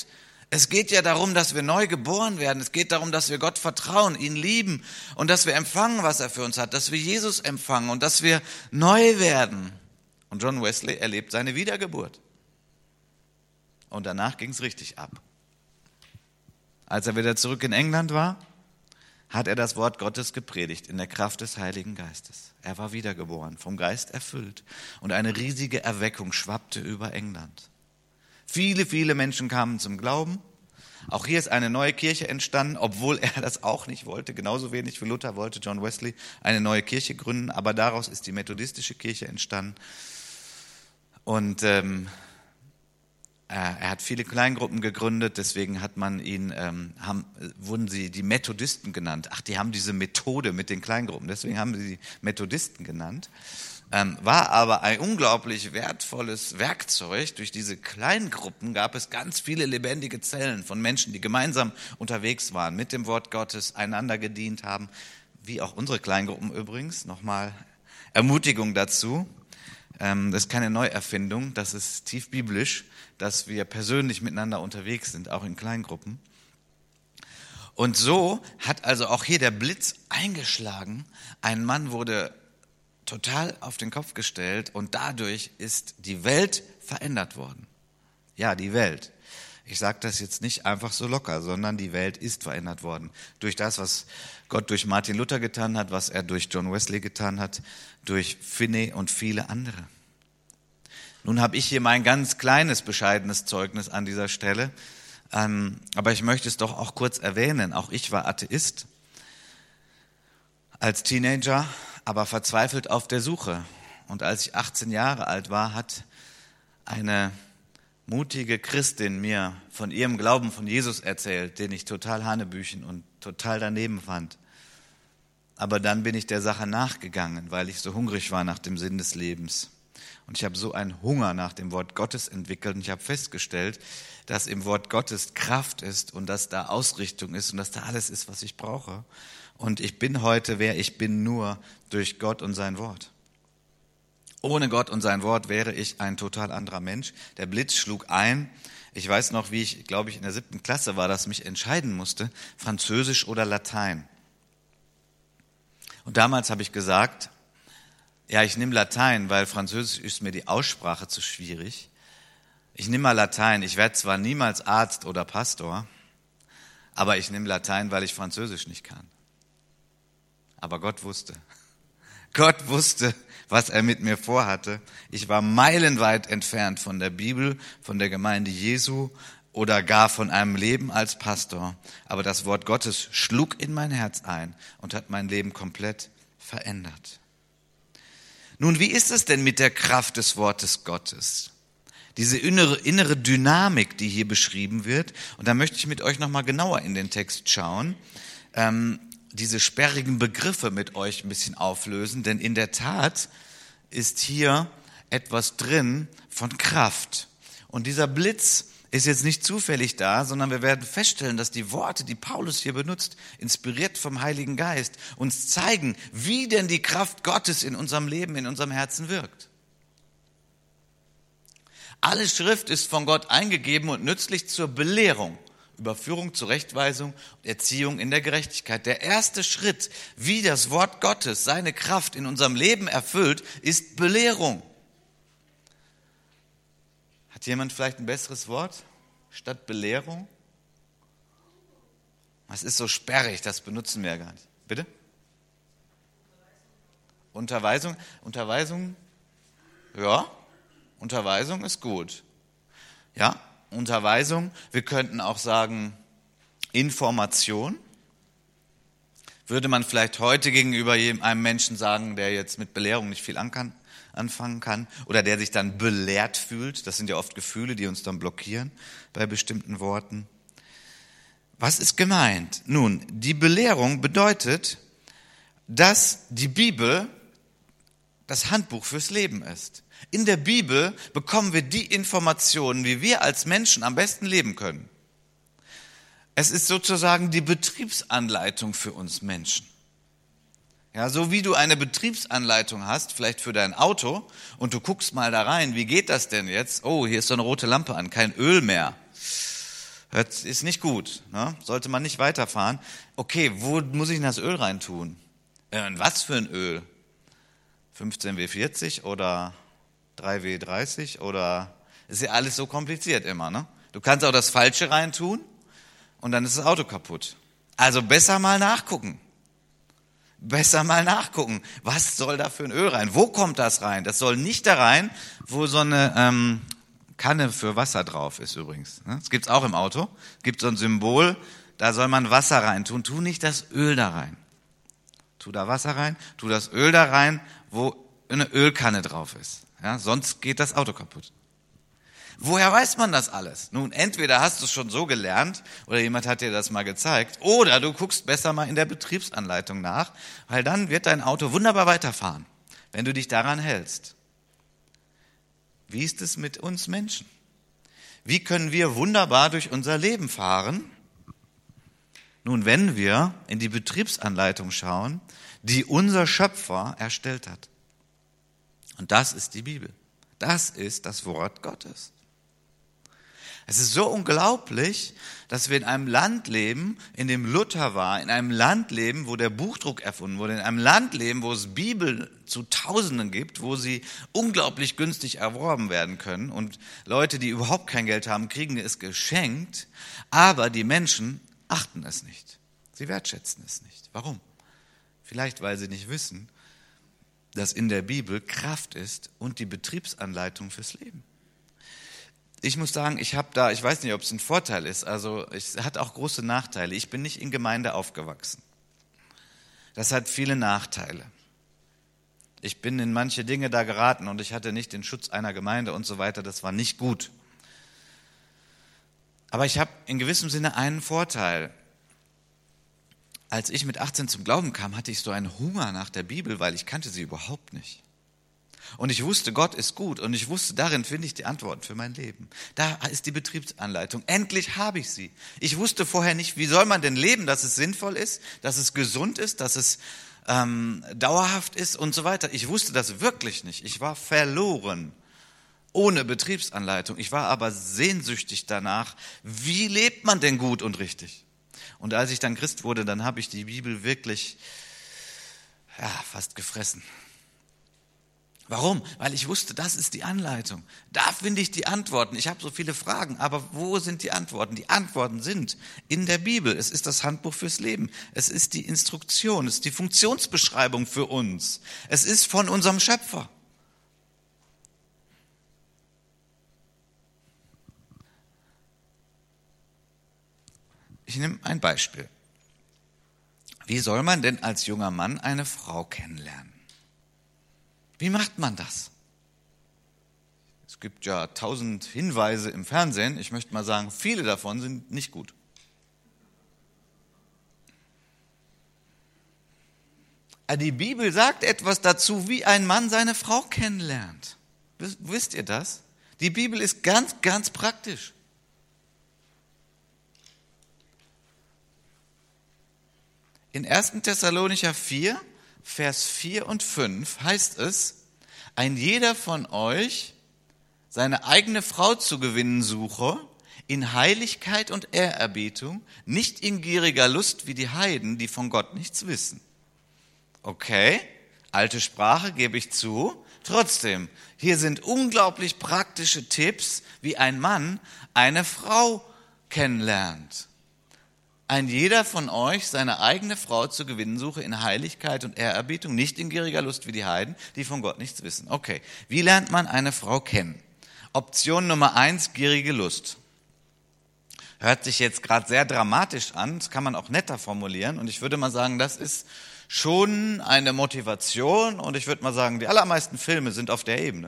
Es geht ja darum, dass wir neu geboren werden. Es geht darum, dass wir Gott vertrauen, ihn lieben und dass wir empfangen, was er für uns hat, dass wir Jesus empfangen und dass wir neu werden. Und John Wesley erlebt seine Wiedergeburt. Und danach ging es richtig ab. Als er wieder zurück in England war, hat er das Wort Gottes gepredigt in der Kraft des Heiligen Geistes. Er war wiedergeboren, vom Geist erfüllt. Und eine riesige Erweckung schwappte über England. Viele, viele Menschen kamen zum Glauben. Auch hier ist eine neue Kirche entstanden, obwohl er das auch nicht wollte. Genauso wenig wie Luther wollte John Wesley eine neue Kirche gründen. Aber daraus ist die methodistische Kirche entstanden. Und ähm, er hat viele Kleingruppen gegründet, deswegen hat man ihn, ähm, haben, wurden sie die Methodisten genannt. Ach, die haben diese Methode mit den Kleingruppen, deswegen haben sie die Methodisten genannt. Ähm, war aber ein unglaublich wertvolles Werkzeug. Durch diese Kleingruppen gab es ganz viele lebendige Zellen von Menschen, die gemeinsam unterwegs waren, mit dem Wort Gottes, einander gedient haben, wie auch unsere Kleingruppen übrigens. Nochmal Ermutigung dazu. Ähm, das ist keine Neuerfindung, das ist tief biblisch, dass wir persönlich miteinander unterwegs sind, auch in Kleingruppen. Und so hat also auch hier der Blitz eingeschlagen. Ein Mann wurde total auf den Kopf gestellt und dadurch ist die Welt verändert worden. Ja, die Welt. Ich sage das jetzt nicht einfach so locker, sondern die Welt ist verändert worden. Durch das, was Gott durch Martin Luther getan hat, was er durch John Wesley getan hat, durch Finney und viele andere. Nun habe ich hier mein ganz kleines, bescheidenes Zeugnis an dieser Stelle, ähm, aber ich möchte es doch auch kurz erwähnen. Auch ich war Atheist als Teenager, aber verzweifelt auf der Suche. Und als ich achtzehn Jahre alt war, hat eine mutige Christin mir von ihrem Glauben von Jesus erzählt, den ich total hanebüchen und total daneben fand. Aber dann bin ich der Sache nachgegangen, weil ich so hungrig war nach dem Sinn des Lebens. Und ich habe so einen Hunger nach dem Wort Gottes entwickelt und ich habe festgestellt, dass im Wort Gottes Kraft ist und dass da Ausrichtung ist und dass da alles ist, was ich brauche. Und ich bin heute, wer ich bin, nur durch Gott und sein Wort. Ohne Gott und sein Wort wäre ich ein total anderer Mensch. Der Blitz schlug ein. Ich weiß noch, wie ich, glaube ich, in der siebten Klasse war, dass mich entscheiden musste, Französisch oder Latein. Und damals habe ich gesagt, ja, ich nehme Latein, weil Französisch ist mir die Aussprache zu schwierig. Ich nehme mal Latein. Ich werde zwar niemals Arzt oder Pastor, aber ich nehme Latein, weil ich Französisch nicht kann. Aber Gott wusste. Gott wusste, was er mit mir vorhatte. Ich war meilenweit entfernt von der Bibel, von der Gemeinde Jesu oder gar von einem Leben als Pastor. Aber das Wort Gottes schlug in mein Herz ein und hat mein Leben komplett verändert. Nun, wie ist es denn mit der Kraft des Wortes Gottes? Diese innere, innere Dynamik, die hier beschrieben wird. Und da möchte ich mit euch nochmal genauer in den Text schauen. Ähm, diese sperrigen Begriffe mit euch ein bisschen auflösen. Denn in der Tat ist hier etwas drin von Kraft. Und dieser Blitz ist jetzt nicht zufällig da, sondern wir werden feststellen, dass die Worte, die Paulus hier benutzt, inspiriert vom Heiligen Geist, uns zeigen, wie denn die Kraft Gottes in unserem Leben, in unserem Herzen wirkt. Alle Schrift ist von Gott eingegeben und nützlich zur Belehrung, Überführung, Zurechtweisung und Erziehung in der Gerechtigkeit. Der erste Schritt, wie das Wort Gottes seine Kraft in unserem Leben erfüllt, ist Belehrung. Hat jemand vielleicht ein besseres Wort statt Belehrung? Das ist so sperrig, das benutzen wir ja gar nicht. Bitte? Unterweisung. Unterweisung, ja, Unterweisung ist gut. Ja, Unterweisung, wir könnten auch sagen Information. Würde man vielleicht heute gegenüber einem Menschen sagen, der jetzt mit Belehrung nicht viel anfangen kann oder der sich dann belehrt fühlt. Das sind ja oft Gefühle, die uns dann blockieren bei bestimmten Worten. Was ist gemeint? Nun, die Belehrung bedeutet, dass die Bibel das Handbuch fürs Leben ist. In der Bibel bekommen wir die Informationen, wie wir als Menschen am besten leben können. Es ist sozusagen die Betriebsanleitung für uns Menschen. Ja, so wie du eine Betriebsanleitung hast, vielleicht für dein Auto, und du guckst mal da rein, wie geht das denn jetzt? Oh, hier ist so eine rote Lampe an, kein Öl mehr. Hört, ist nicht gut, ne? Sollte man nicht weiterfahren. Okay, wo muss ich denn das Öl reintun? Äh, was für ein Öl? fünfzehn W vierzig oder drei W dreißig oder, ist ja alles so kompliziert immer, ne? Du kannst auch das Falsche reintun und dann ist das Auto kaputt. Also besser mal nachgucken. Besser mal nachgucken. Was soll da für ein Öl rein? Wo kommt das rein? Das soll nicht da rein, wo so eine ähm, Kanne für Wasser drauf ist übrigens. Das gibt's auch im Auto. Es gibt so ein Symbol, da soll man Wasser reintun. Tu nicht das Öl da rein. Tu da Wasser rein, tu das Öl da rein, wo eine Ölkanne drauf ist. Ja, sonst geht das Auto kaputt. Woher weiß man das alles? Nun, entweder hast du es schon so gelernt oder jemand hat dir das mal gezeigt oder du guckst besser mal in der Betriebsanleitung nach, weil dann wird dein Auto wunderbar weiterfahren, wenn du dich daran hältst. Wie ist es mit uns Menschen? Wie können wir wunderbar durch unser Leben fahren? Nun, wenn wir in die Betriebsanleitung schauen, die unser Schöpfer erstellt hat. Und das ist die Bibel. Das ist das Wort Gottes. Es ist so unglaublich, dass wir in einem Land leben, in dem Luther war, in einem Land leben, wo der Buchdruck erfunden wurde, in einem Land leben, wo es Bibel zu Tausenden gibt, wo sie unglaublich günstig erworben werden können und Leute, die überhaupt kein Geld haben, kriegen es geschenkt, aber die Menschen achten es nicht. Sie wertschätzen es nicht. Warum? Vielleicht, weil sie nicht wissen, dass in der Bibel Kraft ist und die Betriebsanleitung fürs Leben. Ich muss sagen, ich habe da, ich weiß nicht, ob es ein Vorteil ist, also es hat auch große Nachteile. Ich bin nicht in Gemeinde aufgewachsen. Das hat viele Nachteile. Ich bin in manche Dinge da geraten und ich hatte nicht den Schutz einer Gemeinde und so weiter. Das war nicht gut. Aber ich habe in gewissem Sinne einen Vorteil. Als ich mit achtzehn zum Glauben kam, hatte ich so einen Hunger nach der Bibel, weil ich kannte sie überhaupt nicht. Und ich wusste, Gott ist gut und ich wusste, darin finde ich die Antworten für mein Leben. Da ist die Betriebsanleitung. Endlich habe ich sie. Ich wusste vorher nicht, wie soll man denn leben, dass es sinnvoll ist, dass es gesund ist, dass es ähm, dauerhaft ist und so weiter. Ich wusste das wirklich nicht. Ich war verloren ohne Betriebsanleitung. Ich war aber sehnsüchtig danach, wie lebt man denn gut und richtig? Und als ich dann Christ wurde, dann habe ich die Bibel wirklich ja, fast gefressen. Warum? Weil ich wusste, das ist die Anleitung. Da finde ich die Antworten. Ich habe so viele Fragen, aber wo sind die Antworten? Die Antworten sind in der Bibel. Es ist das Handbuch fürs Leben. Es ist die Instruktion. Es ist die Funktionsbeschreibung für uns. Es ist von unserem Schöpfer. Ich nehme ein Beispiel. Wie soll man denn als junger Mann eine Frau kennenlernen? Wie macht man das? Es gibt ja tausend Hinweise im Fernsehen. Ich möchte mal sagen, viele davon sind nicht gut. Die Bibel sagt etwas dazu, wie ein Mann seine Frau kennenlernt. Wisst ihr das? Die Bibel ist ganz, ganz praktisch. In erster Thessalonicher vier, Vers vier und fünf heißt es, ein jeder von euch seine eigene Frau zu gewinnen suche, in Heiligkeit und Ehrerbietung, nicht in gieriger Lust wie die Heiden, die von Gott nichts wissen. Okay, alte Sprache, gebe ich zu. Trotzdem, hier sind unglaublich praktische Tipps, wie ein Mann eine Frau kennenlernt. Ein jeder von euch seine eigene Frau zu gewinnen suche in Heiligkeit und Ehrerbietung, nicht in gieriger Lust wie die Heiden, die von Gott nichts wissen. Okay, wie lernt man eine Frau kennen? Option Nummer eins, gierige Lust. Hört sich jetzt gerade sehr dramatisch an, das kann man auch netter formulieren und ich würde mal sagen, das ist schon eine Motivation und ich würde mal sagen, die allermeisten Filme sind auf der Ebene.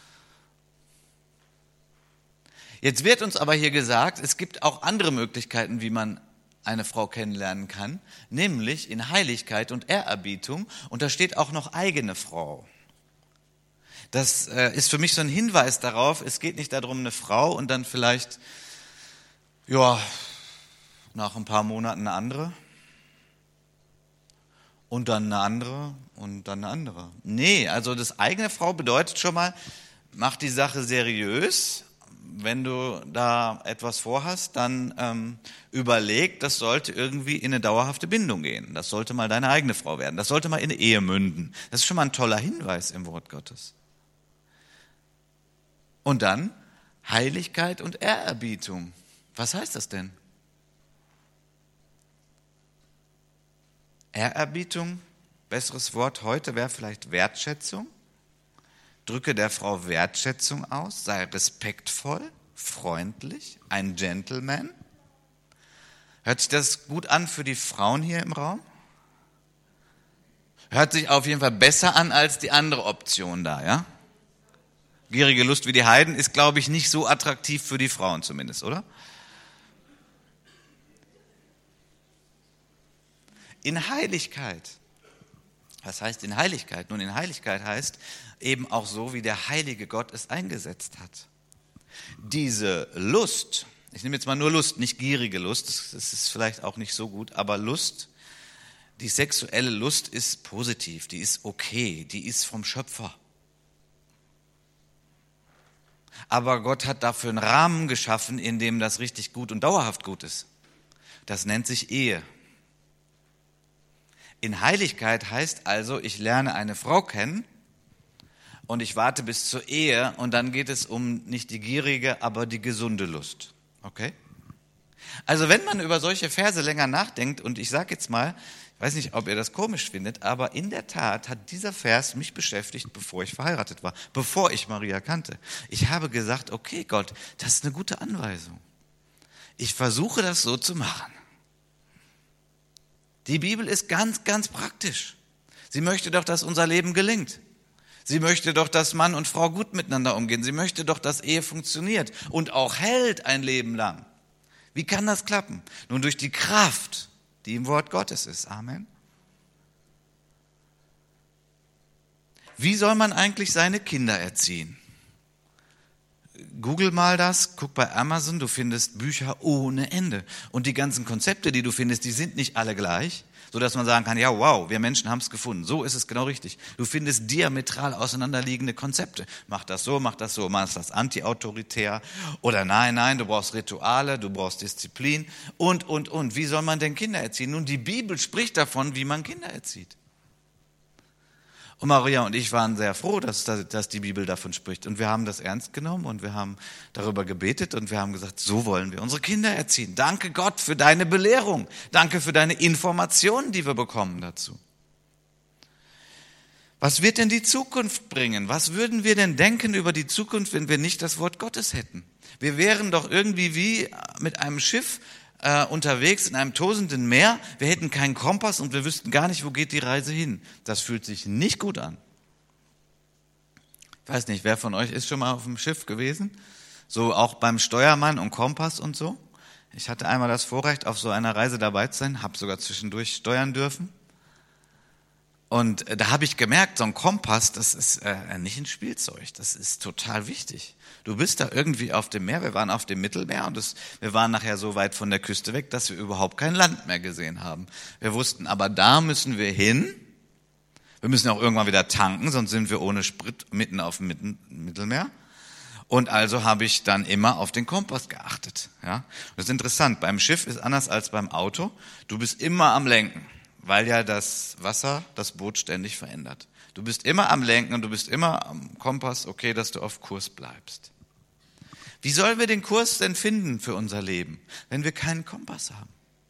Jetzt wird uns aber hier gesagt, es gibt auch andere Möglichkeiten, wie man eine Frau kennenlernen kann, nämlich in Heiligkeit und Ehrerbietung und da steht auch noch eigene Frau. Das äh, ist für mich so ein Hinweis darauf, es geht nicht darum, eine Frau und dann vielleicht, ja, nach ein paar Monaten eine andere und dann eine andere und dann eine andere. Nee, also das eigene Frau bedeutet schon mal, macht die Sache seriös, wenn du da etwas vorhast, dann ähm, überleg, das sollte irgendwie in eine dauerhafte Bindung gehen. Das sollte mal deine eigene Frau werden. Das sollte mal in eine Ehe münden. Das ist schon mal ein toller Hinweis im Wort Gottes. Und dann Heiligkeit und Ehrerbietung. Was heißt das denn? Ehrerbietung, besseres Wort heute wäre vielleicht Wertschätzung. Drücke der Frau Wertschätzung aus, sei respektvoll, freundlich, ein Gentleman. Hört sich das gut an für die Frauen hier im Raum? Hört sich auf jeden Fall besser an als die andere Option da, ja? Gierige Lust wie die Heiden ist, glaube ich, nicht so attraktiv für die Frauen zumindest, oder? In Heiligkeit. Was heißt in Heiligkeit? Nun, in Heiligkeit heißt eben auch so, wie der heilige Gott es eingesetzt hat. Diese Lust, ich nehme jetzt mal nur Lust, nicht gierige Lust, das ist vielleicht auch nicht so gut, aber Lust, die sexuelle Lust ist positiv, die ist okay, die ist vom Schöpfer. Aber Gott hat dafür einen Rahmen geschaffen, in dem das richtig gut und dauerhaft gut ist. Das nennt sich Ehe. In Heiligkeit heißt also, ich lerne eine Frau kennen und ich warte bis zur Ehe und dann geht es um nicht die gierige, aber die gesunde Lust. Okay? Also wenn man über solche Verse länger nachdenkt und ich sage jetzt mal, ich weiß nicht, ob ihr das komisch findet, aber in der Tat hat dieser Vers mich beschäftigt, bevor ich verheiratet war, bevor ich Maria kannte. Ich habe gesagt, okay Gott, das ist eine gute Anweisung. Ich versuche das so zu machen. Die Bibel ist ganz, ganz praktisch. Sie möchte doch, dass unser Leben gelingt. Sie möchte doch, dass Mann und Frau gut miteinander umgehen. Sie möchte doch, dass Ehe funktioniert und auch hält ein Leben lang. Wie kann das klappen? Nun durch die Kraft, die im Wort Gottes ist. Amen. Wie soll man eigentlich seine Kinder erziehen? Google mal das, guck bei Amazon, du findest Bücher ohne Ende. Und die ganzen Konzepte, die du findest, die sind nicht alle gleich, sodass man sagen kann, ja wow, wir Menschen haben es gefunden. So ist es genau richtig. Du findest diametral auseinanderliegende Konzepte. Mach das so, mach das so, mach das anti-autoritär. Oder nein, nein, du brauchst Rituale, du brauchst Disziplin und, und, und. Wie soll man denn Kinder erziehen? Nun, die Bibel spricht davon, wie man Kinder erzieht. Und Maria und ich waren sehr froh, dass, dass die Bibel davon spricht. Und wir haben das ernst genommen und wir haben darüber gebetet und wir haben gesagt, so wollen wir unsere Kinder erziehen. Danke Gott für deine Belehrung. Danke für deine Informationen, die wir bekommen dazu. Was wird denn die Zukunft bringen? Was würden wir denn denken über die Zukunft, wenn wir nicht das Wort Gottes hätten? Wir wären doch irgendwie wie mit einem Schiff Äh, unterwegs in einem tosenden Meer, wir hätten keinen Kompass und wir wüssten gar nicht, wo geht die Reise hin. Das fühlt sich nicht gut an. Ich weiß nicht, wer von euch ist schon mal auf dem Schiff gewesen? So auch beim Steuermann und Kompass und so. Ich hatte einmal das Vorrecht, auf so einer Reise dabei zu sein, habe sogar zwischendurch steuern dürfen. Und da habe ich gemerkt, so ein Kompass, das ist äh, nicht ein Spielzeug, das ist total wichtig. Du bist da irgendwie auf dem Meer, wir waren auf dem Mittelmeer und das, wir waren nachher so weit von der Küste weg, dass wir überhaupt kein Land mehr gesehen haben. Wir wussten, aber da müssen wir hin, wir müssen auch irgendwann wieder tanken, sonst sind wir ohne Sprit mitten auf dem Mittelmeer. Und also habe ich dann immer auf den Kompass geachtet. Ja? Das ist interessant, beim Schiff ist anders als beim Auto, du bist immer am Lenken. Weil ja das Wasser das Boot ständig verändert. Du bist immer am Lenken und du bist immer am Kompass, okay, dass du auf Kurs bleibst. Wie sollen wir den Kurs denn finden für unser Leben, wenn wir keinen Kompass haben?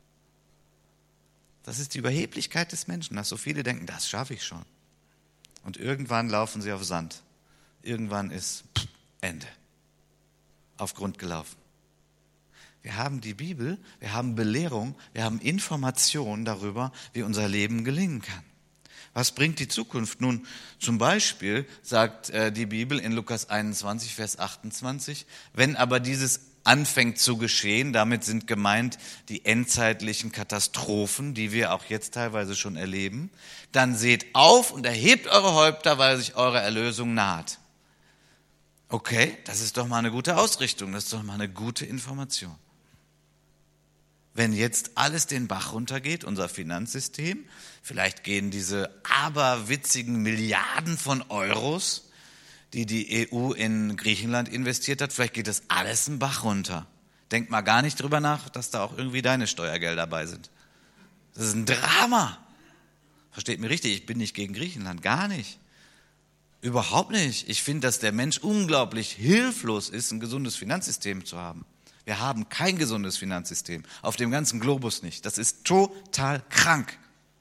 Das ist die Überheblichkeit des Menschen, dass so viele denken, das schaffe ich schon. Und irgendwann laufen sie auf Sand. Irgendwann ist Ende. Auf Grund gelaufen. Wir haben die Bibel, wir haben Belehrung, wir haben Information darüber, wie unser Leben gelingen kann. Was bringt die Zukunft? Nun, zum Beispiel sagt äh, die Bibel in Lukas einundzwanzig, Vers achtundzwanzig, wenn aber dieses anfängt zu geschehen, damit sind gemeint die endzeitlichen Katastrophen, die wir auch jetzt teilweise schon erleben, dann seht auf und erhebt eure Häupter, weil sich eure Erlösung naht. Okay, das ist doch mal eine gute Ausrichtung, das ist doch mal eine gute Information. Wenn jetzt alles den Bach runtergeht, unser Finanzsystem, vielleicht gehen diese aberwitzigen Milliarden von Euros, die die E U in Griechenland investiert hat. Vielleicht geht das alles einen Bach runter. Denk mal gar nicht drüber nach, dass da auch irgendwie deine Steuergelder dabei sind. Das ist ein Drama. Versteht mich richtig, ich bin nicht gegen Griechenland, gar nicht. Überhaupt nicht. Ich finde, dass der Mensch unglaublich hilflos ist, ein gesundes Finanzsystem zu haben. Wir haben kein gesundes Finanzsystem, auf dem ganzen Globus nicht. Das ist total krank.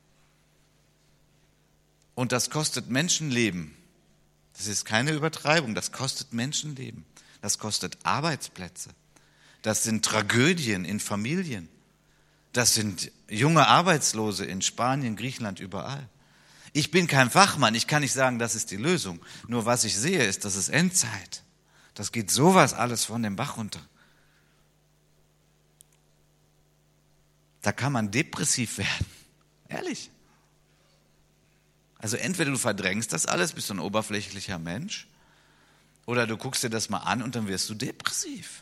Und das kostet Menschenleben. Das ist keine Übertreibung, das kostet Menschenleben. Das kostet Arbeitsplätze. Das sind Tragödien in Familien. Das sind junge Arbeitslose in Spanien, Griechenland, überall. Ich bin kein Fachmann, ich kann nicht sagen, das ist die Lösung. Nur was ich sehe, ist, das ist Endzeit. Das geht sowas alles von dem Bach runter. Da kann man depressiv werden. Ehrlich. Also entweder du verdrängst das alles, bist so ein oberflächlicher Mensch, oder du guckst dir das mal an und dann wirst du depressiv.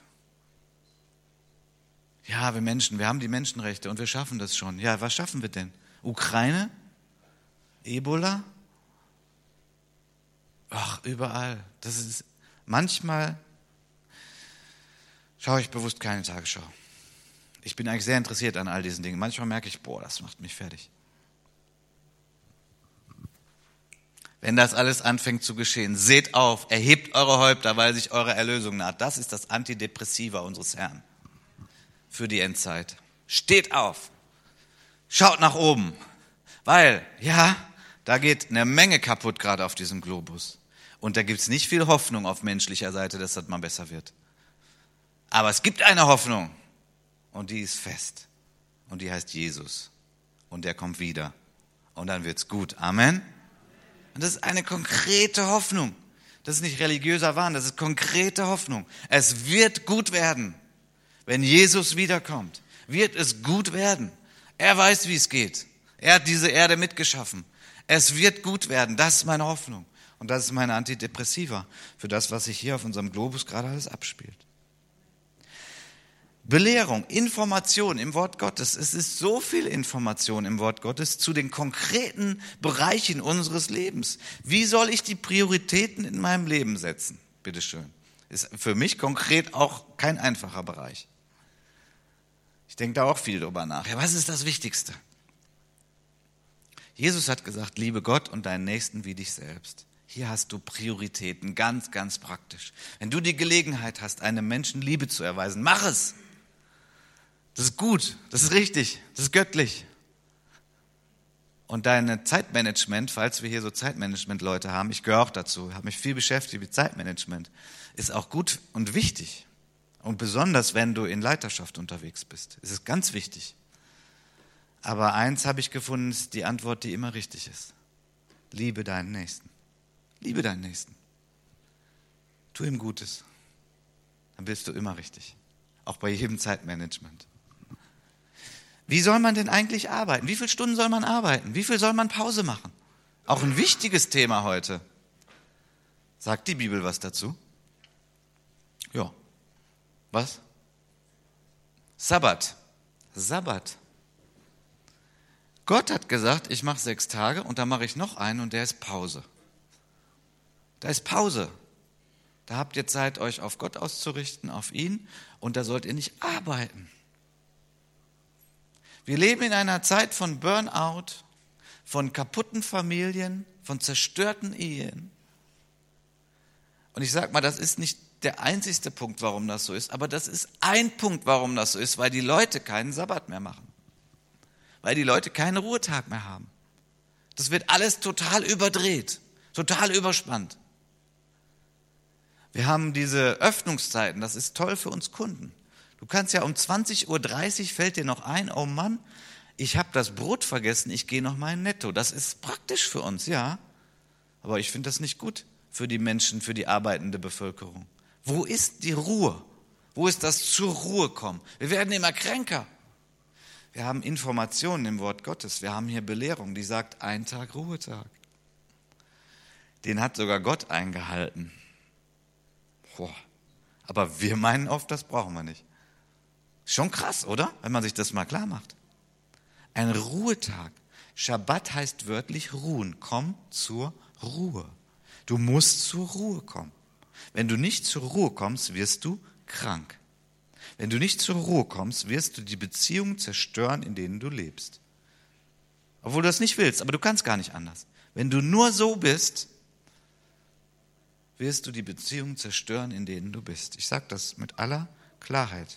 Ja, wir Menschen, wir haben die Menschenrechte und wir schaffen das schon. Ja, was schaffen wir denn? Ukraine? Ebola? Ach, überall. Das ist, manchmal schaue ich bewusst keine Tagesschau. Ich bin eigentlich sehr interessiert an all diesen Dingen. Manchmal merke ich, boah, das macht mich fertig. Wenn das alles anfängt zu geschehen, seht auf, erhebt eure Häupter, weil sich eure Erlösung naht. Das ist das Antidepressiva unseres Herrn für die Endzeit. Steht auf, schaut nach oben, weil, ja, da geht eine Menge kaputt gerade auf diesem Globus. Und da gibt es nicht viel Hoffnung auf menschlicher Seite, dass das mal besser wird. Aber es gibt eine Hoffnung und die ist fest. Und die heißt Jesus. Und der kommt wieder. Und dann wird's gut. Amen. Und das ist eine konkrete Hoffnung. Das ist nicht religiöser Wahn, das ist konkrete Hoffnung. Es wird gut werden. Wenn Jesus wiederkommt, wird es gut werden. Er weiß, wie es geht. Er hat diese Erde mitgeschaffen. Es wird gut werden. Das ist meine Hoffnung. Und das ist meine Antidepressiva für das, was sich hier auf unserem Globus gerade alles abspielt. Belehrung, Information im Wort Gottes. Es ist so viel Information im Wort Gottes zu den konkreten Bereichen unseres Lebens. Wie soll ich die Prioritäten in meinem Leben setzen? Bitteschön. Ist für mich konkret auch kein einfacher Bereich. Ich denke da auch viel drüber nach. Ja, was ist das Wichtigste? Jesus hat gesagt, liebe Gott und deinen Nächsten wie dich selbst. Hier hast du Prioritäten, ganz, ganz praktisch. Wenn du die Gelegenheit hast, einem Menschen Liebe zu erweisen, mach es. Das ist gut, das ist richtig, das ist göttlich. Und dein Zeitmanagement, falls wir hier so Zeitmanagement-Leute haben, ich gehöre auch dazu, habe mich viel beschäftigt mit Zeitmanagement, ist auch gut und wichtig. Und besonders, wenn du in Leiterschaft unterwegs bist, ist es ganz wichtig. Aber eins habe ich gefunden, ist die Antwort, die immer richtig ist. Liebe deinen Nächsten. Liebe deinen Nächsten. Tu ihm Gutes. Dann bist du immer richtig. Auch bei jedem Zeitmanagement. Wie soll man denn eigentlich arbeiten? Wie viele Stunden soll man arbeiten? Wie viel soll man Pause machen? Auch ein wichtiges Thema heute. Sagt die Bibel was dazu? Ja. Was? Sabbat. Sabbat. Gott hat gesagt, ich mache sechs Tage und dann mache ich noch einen und der ist Pause. Da ist Pause. Da habt ihr Zeit, euch auf Gott auszurichten, auf ihn, und da sollt ihr nicht arbeiten. Wir leben in einer Zeit von Burnout, von kaputten Familien, von zerstörten Ehen. Und ich sage mal, das ist nicht der einzigste Punkt, warum das so ist, aber das ist ein Punkt, warum das so ist, weil die Leute keinen Sabbat mehr machen. Weil die Leute keinen Ruhetag mehr haben. Das wird alles total überdreht, total überspannt. Wir haben diese Öffnungszeiten, das ist toll für uns Kunden. Du kannst ja um zwanzig Uhr dreißig fällt dir noch ein, oh Mann, ich habe das Brot vergessen, ich gehe noch mal in Netto. Das ist praktisch für uns, ja. Aber ich finde das nicht gut für die Menschen, für die arbeitende Bevölkerung. Wo ist die Ruhe? Wo ist das zur Ruhe kommen? Wir werden immer kränker. Wir haben Informationen im Wort Gottes. Wir haben hier Belehrung, die sagt, ein Tag Ruhetag. Den hat sogar Gott eingehalten. Boah. Aber wir meinen oft, das brauchen wir nicht. Schon krass, oder? Wenn man sich das mal klar macht. Ein Ruhetag. Schabbat heißt wörtlich ruhen. Komm zur Ruhe. Du musst zur Ruhe kommen. Wenn du nicht zur Ruhe kommst, wirst du krank. Wenn du nicht zur Ruhe kommst, wirst du die Beziehungen zerstören, in denen du lebst. Obwohl du das nicht willst, aber du kannst gar nicht anders. Wenn du nur so bist, wirst du die Beziehungen zerstören, in denen du bist. Ich sage das mit aller Klarheit.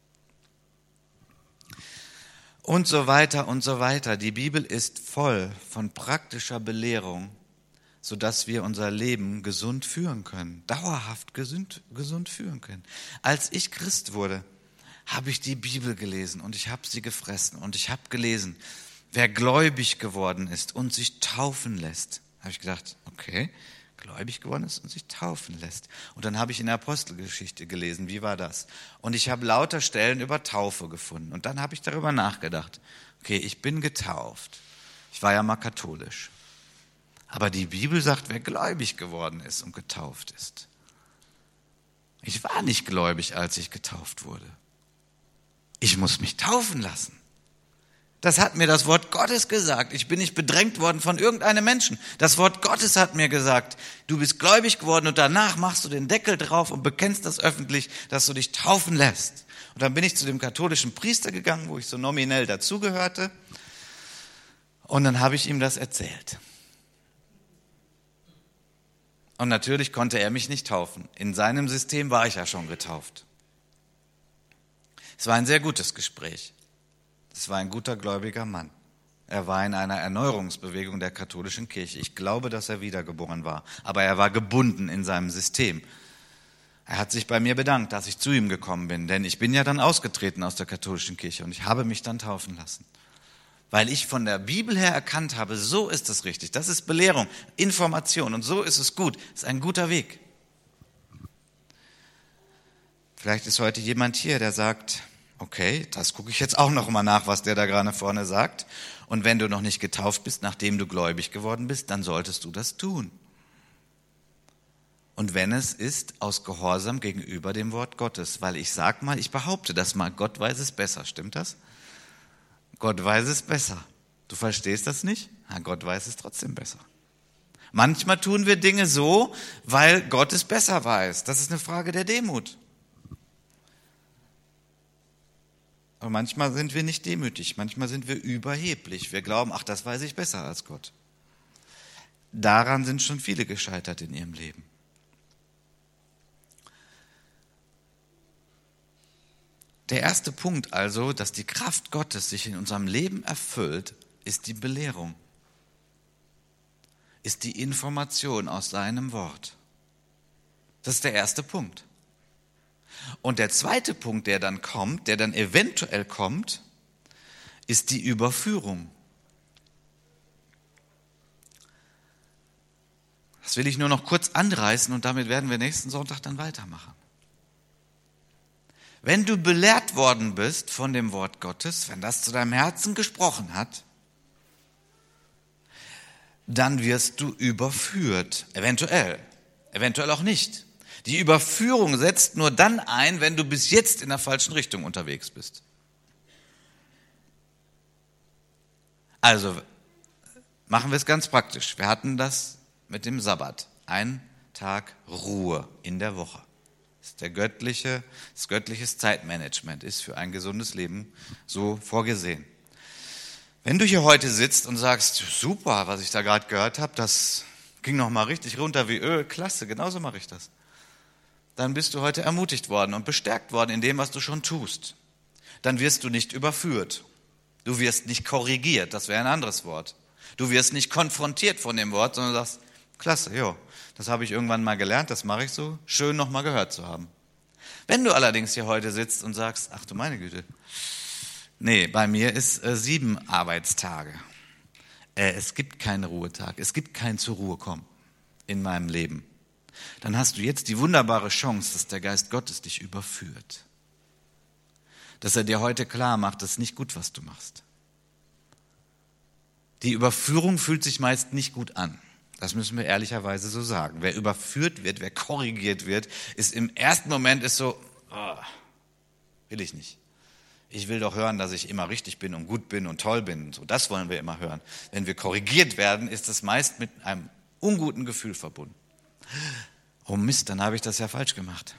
Und so weiter und so weiter. Die Bibel ist voll von praktischer Belehrung, sodass wir unser Leben gesund führen können, dauerhaft gesund, gesund führen können. Als ich Christ wurde, habe ich die Bibel gelesen und ich habe sie gefressen und ich habe gelesen, wer gläubig geworden ist und sich taufen lässt. Habe ich gedacht, okay, gläubig geworden ist und sich taufen lässt. Und dann habe ich in der Apostelgeschichte gelesen, wie war das? Und ich habe lauter Stellen über Taufe gefunden. Und dann habe ich darüber nachgedacht, okay, ich bin getauft. Ich war ja mal katholisch. Aber die Bibel sagt, wer gläubig geworden ist und getauft ist. Ich war nicht gläubig, als ich getauft wurde. Ich muss mich taufen lassen. Das hat mir das Wort Gottes gesagt. Ich bin nicht bedrängt worden von irgendeinem Menschen. Das Wort Gottes hat mir gesagt, du bist gläubig geworden und danach machst du den Deckel drauf und bekennst das öffentlich, dass du dich taufen lässt. Und dann bin ich zu dem katholischen Priester gegangen, wo ich so nominell dazugehörte. Und dann habe ich ihm das erzählt. Und natürlich konnte er mich nicht taufen. In seinem System war ich ja schon getauft. Es war ein sehr gutes Gespräch. Es war ein guter gläubiger Mann. Er war in einer Erneuerungsbewegung der katholischen Kirche. Ich glaube, dass er wiedergeboren war. Aber er war gebunden in seinem System. Er hat sich bei mir bedankt, dass ich zu ihm gekommen bin. Denn ich bin ja dann ausgetreten aus der katholischen Kirche und ich habe mich dann taufen lassen. Weil ich von der Bibel her erkannt habe, so ist es richtig. Das ist Belehrung, Information und so ist es gut. Das ist ein guter Weg. Vielleicht ist heute jemand hier, der sagt, okay, das gucke ich jetzt auch noch mal nach, was der da gerade vorne sagt. Und wenn du noch nicht getauft bist, nachdem du gläubig geworden bist, dann solltest du das tun. Und wenn es ist, aus Gehorsam gegenüber dem Wort Gottes. Weil ich sag mal, ich behaupte das mal, Gott weiß es besser. Stimmt das? Gott weiß es besser. Du verstehst das nicht? Na, Gott weiß es trotzdem besser. Manchmal tun wir Dinge so, weil Gott es besser weiß. Das ist eine Frage der Demut. Aber manchmal sind wir nicht demütig, manchmal sind wir überheblich. Wir glauben, ach, das weiß ich besser als Gott. Daran sind schon viele gescheitert in ihrem Leben. Der erste Punkt also, dass die Kraft Gottes sich in unserem Leben erfüllt, ist die Belehrung, ist die Information aus seinem Wort. Das ist der erste Punkt. Und der zweite Punkt, der dann kommt, der dann eventuell kommt, ist die Überführung. Das will ich nur noch kurz anreißen und damit werden wir nächsten Sonntag dann weitermachen. Wenn du belehrt worden bist von dem Wort Gottes, wenn das zu deinem Herzen gesprochen hat, dann wirst du überführt, eventuell, eventuell auch nicht. Die Überführung setzt nur dann ein, wenn du bis jetzt in der falschen Richtung unterwegs bist. Also, machen wir es ganz praktisch. Wir hatten das mit dem Sabbat. Ein Tag Ruhe in der Woche. Das ist der göttliche, das göttliches Zeitmanagement ist für ein gesundes Leben so vorgesehen. Wenn du hier heute sitzt und sagst, super, was ich da gerade gehört habe, das ging noch mal richtig runter wie Öl, klasse, genauso mache ich das. Dann bist du heute ermutigt worden und bestärkt worden in dem, was du schon tust. Dann wirst du nicht überführt. Du wirst nicht korrigiert, das wäre ein anderes Wort. Du wirst nicht konfrontiert von dem Wort, sondern sagst, klasse, jo, das habe ich irgendwann mal gelernt, das mache ich so, schön noch mal gehört zu haben. Wenn du allerdings hier heute sitzt und sagst, ach du meine Güte, nee, bei mir ist äh, sieben Arbeitstage. Äh, es gibt keinen Ruhetag, es gibt kein zur Ruhe kommen in meinem Leben. Dann hast du jetzt die wunderbare Chance, dass der Geist Gottes dich überführt. Dass er dir heute klar macht, das ist nicht gut, was du machst. Die Überführung fühlt sich meist nicht gut an. Das müssen wir ehrlicherweise so sagen. Wer überführt wird, wer korrigiert wird, ist im ersten Moment ist so, oh, will ich nicht. Ich will doch hören, dass ich immer richtig bin und gut bin und toll bin. So, das wollen wir immer hören. Wenn wir korrigiert werden, ist es meist mit einem unguten Gefühl verbunden. Oh Mist, dann habe ich das ja falsch gemacht.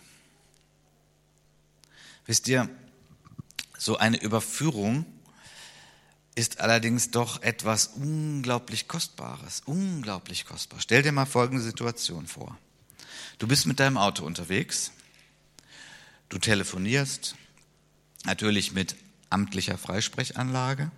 Wisst ihr, so eine Überführung ist allerdings doch etwas unglaublich Kostbares, unglaublich kostbar. Stell dir mal folgende Situation vor. Du bist mit deinem Auto unterwegs, du telefonierst, natürlich mit amtlicher Freisprechanlage.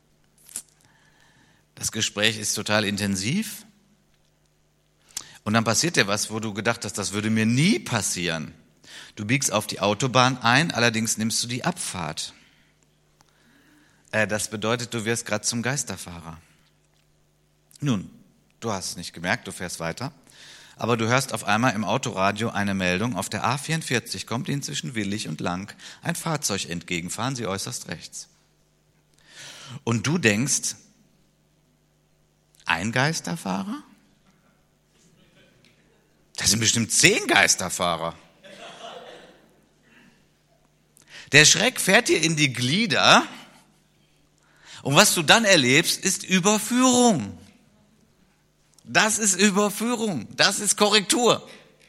Das Gespräch ist total intensiv und dann passiert dir was, wo du gedacht hast, das würde mir nie passieren. Du biegst auf die Autobahn ein, allerdings nimmst du die Abfahrt. Äh, das bedeutet, du wirst gerade zum Geisterfahrer. Nun, du hast es nicht gemerkt, du fährst weiter, aber du hörst auf einmal im Autoradio eine Meldung, auf der A vierundvierzig kommt Ihnen zwischen Willich und Lang ein Fahrzeug entgegen, fahren Sie äußerst rechts. Und du denkst, ein Geisterfahrer? Das sind bestimmt zehn Geisterfahrer. Der Schreck fährt dir in die Glieder und was du dann erlebst, ist Überführung. Das ist Überführung, das ist Korrektur.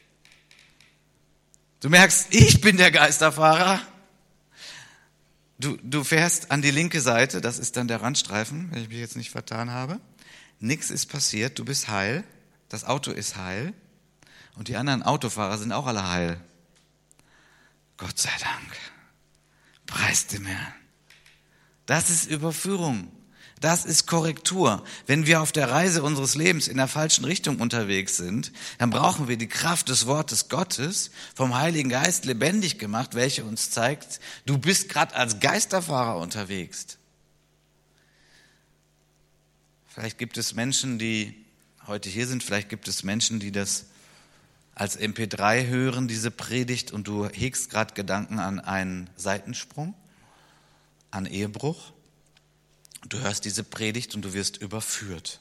Du merkst, ich bin der Geisterfahrer. Du, du fährst an die linke Seite, das ist dann der Randstreifen, wenn ich mich jetzt nicht vertan habe. Nichts ist passiert, du bist heil, das Auto ist heil und die anderen Autofahrer sind auch alle heil. Gott sei Dank. Preis dem Herrn. Das ist Überführung. Das ist Korrektur. Wenn wir auf der Reise unseres Lebens in der falschen Richtung unterwegs sind, dann brauchen wir die Kraft des Wortes Gottes, vom Heiligen Geist lebendig gemacht, welche uns zeigt, du bist gerade als Geisterfahrer unterwegs. Vielleicht gibt es Menschen, die heute hier sind, vielleicht gibt es Menschen, die das als M P drei hören, diese Predigt, und du hegst gerade Gedanken an einen Seitensprung, an Ehebruch. Du hörst diese Predigt und du wirst überführt.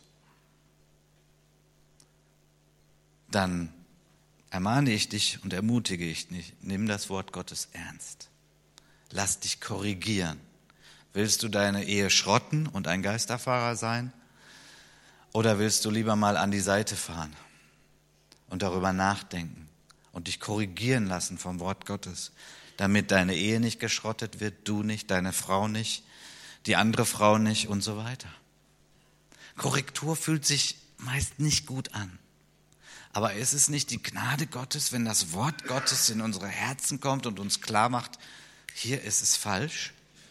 Dann ermahne ich dich und ermutige ich dich, nimm das Wort Gottes ernst. Lass dich korrigieren. Willst du deine Ehe schrotten und ein Geisterfahrer sein? Oder willst du lieber mal an die Seite fahren und darüber nachdenken und dich korrigieren lassen vom Wort Gottes, damit deine Ehe nicht geschrottet wird, du nicht, deine Frau nicht, die andere Frau nicht und so weiter. Korrektur fühlt sich meist nicht gut an. Aber ist es nicht die Gnade Gottes, wenn das Wort Gottes in unsere Herzen kommt und uns klar macht, hier ist es falsch?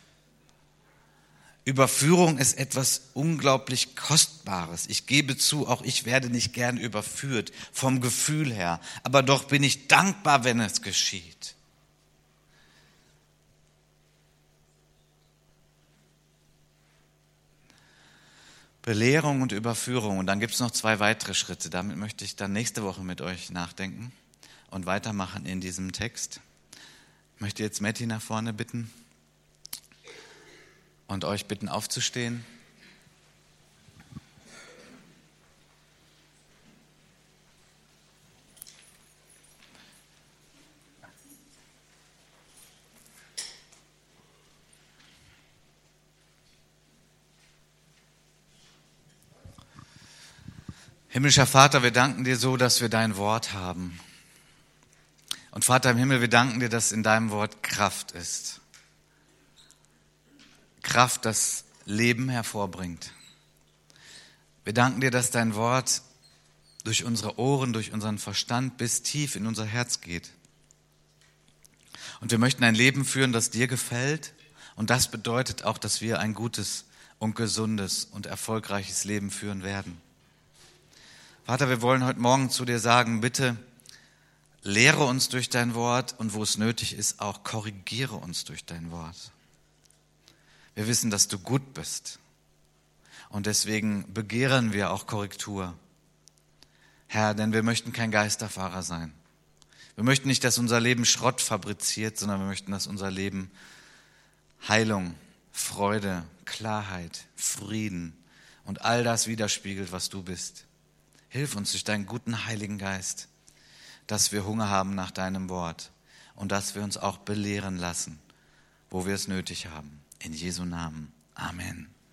Überführung ist etwas unglaublich Kostbares. Ich gebe zu, auch ich werde nicht gern überführt, vom Gefühl her. Aber doch bin ich dankbar, wenn es geschieht. Belehrung und Überführung. Und dann gibt es noch zwei weitere Schritte. Damit möchte ich dann nächste Woche mit euch nachdenken und weitermachen in diesem Text. Ich möchte jetzt Matti nach vorne bitten und euch bitten aufzustehen. Himmlischer Vater, wir danken dir so, dass wir dein Wort haben. Und Vater im Himmel, wir danken dir, dass in deinem Wort Kraft ist. Kraft, das Leben hervorbringt. Wir danken dir, dass dein Wort durch unsere Ohren, durch unseren Verstand bis tief in unser Herz geht. Und wir möchten ein Leben führen, das dir gefällt. Und das bedeutet auch, dass wir ein gutes und gesundes und erfolgreiches Leben führen werden. Vater, wir wollen heute Morgen zu dir sagen, bitte lehre uns durch dein Wort und wo es nötig ist, auch korrigiere uns durch dein Wort. Wir wissen, dass du gut bist und deswegen begehren wir auch Korrektur. Herr, denn wir möchten kein Geisterfahrer sein. Wir möchten nicht, dass unser Leben Schrott fabriziert, sondern wir möchten, dass unser Leben Heilung, Freude, Klarheit, Frieden und all das widerspiegelt, was du bist. Hilf uns durch deinen guten Heiligen Geist, dass wir Hunger haben nach deinem Wort und dass wir uns auch belehren lassen, wo wir es nötig haben. In Jesu Namen. Amen.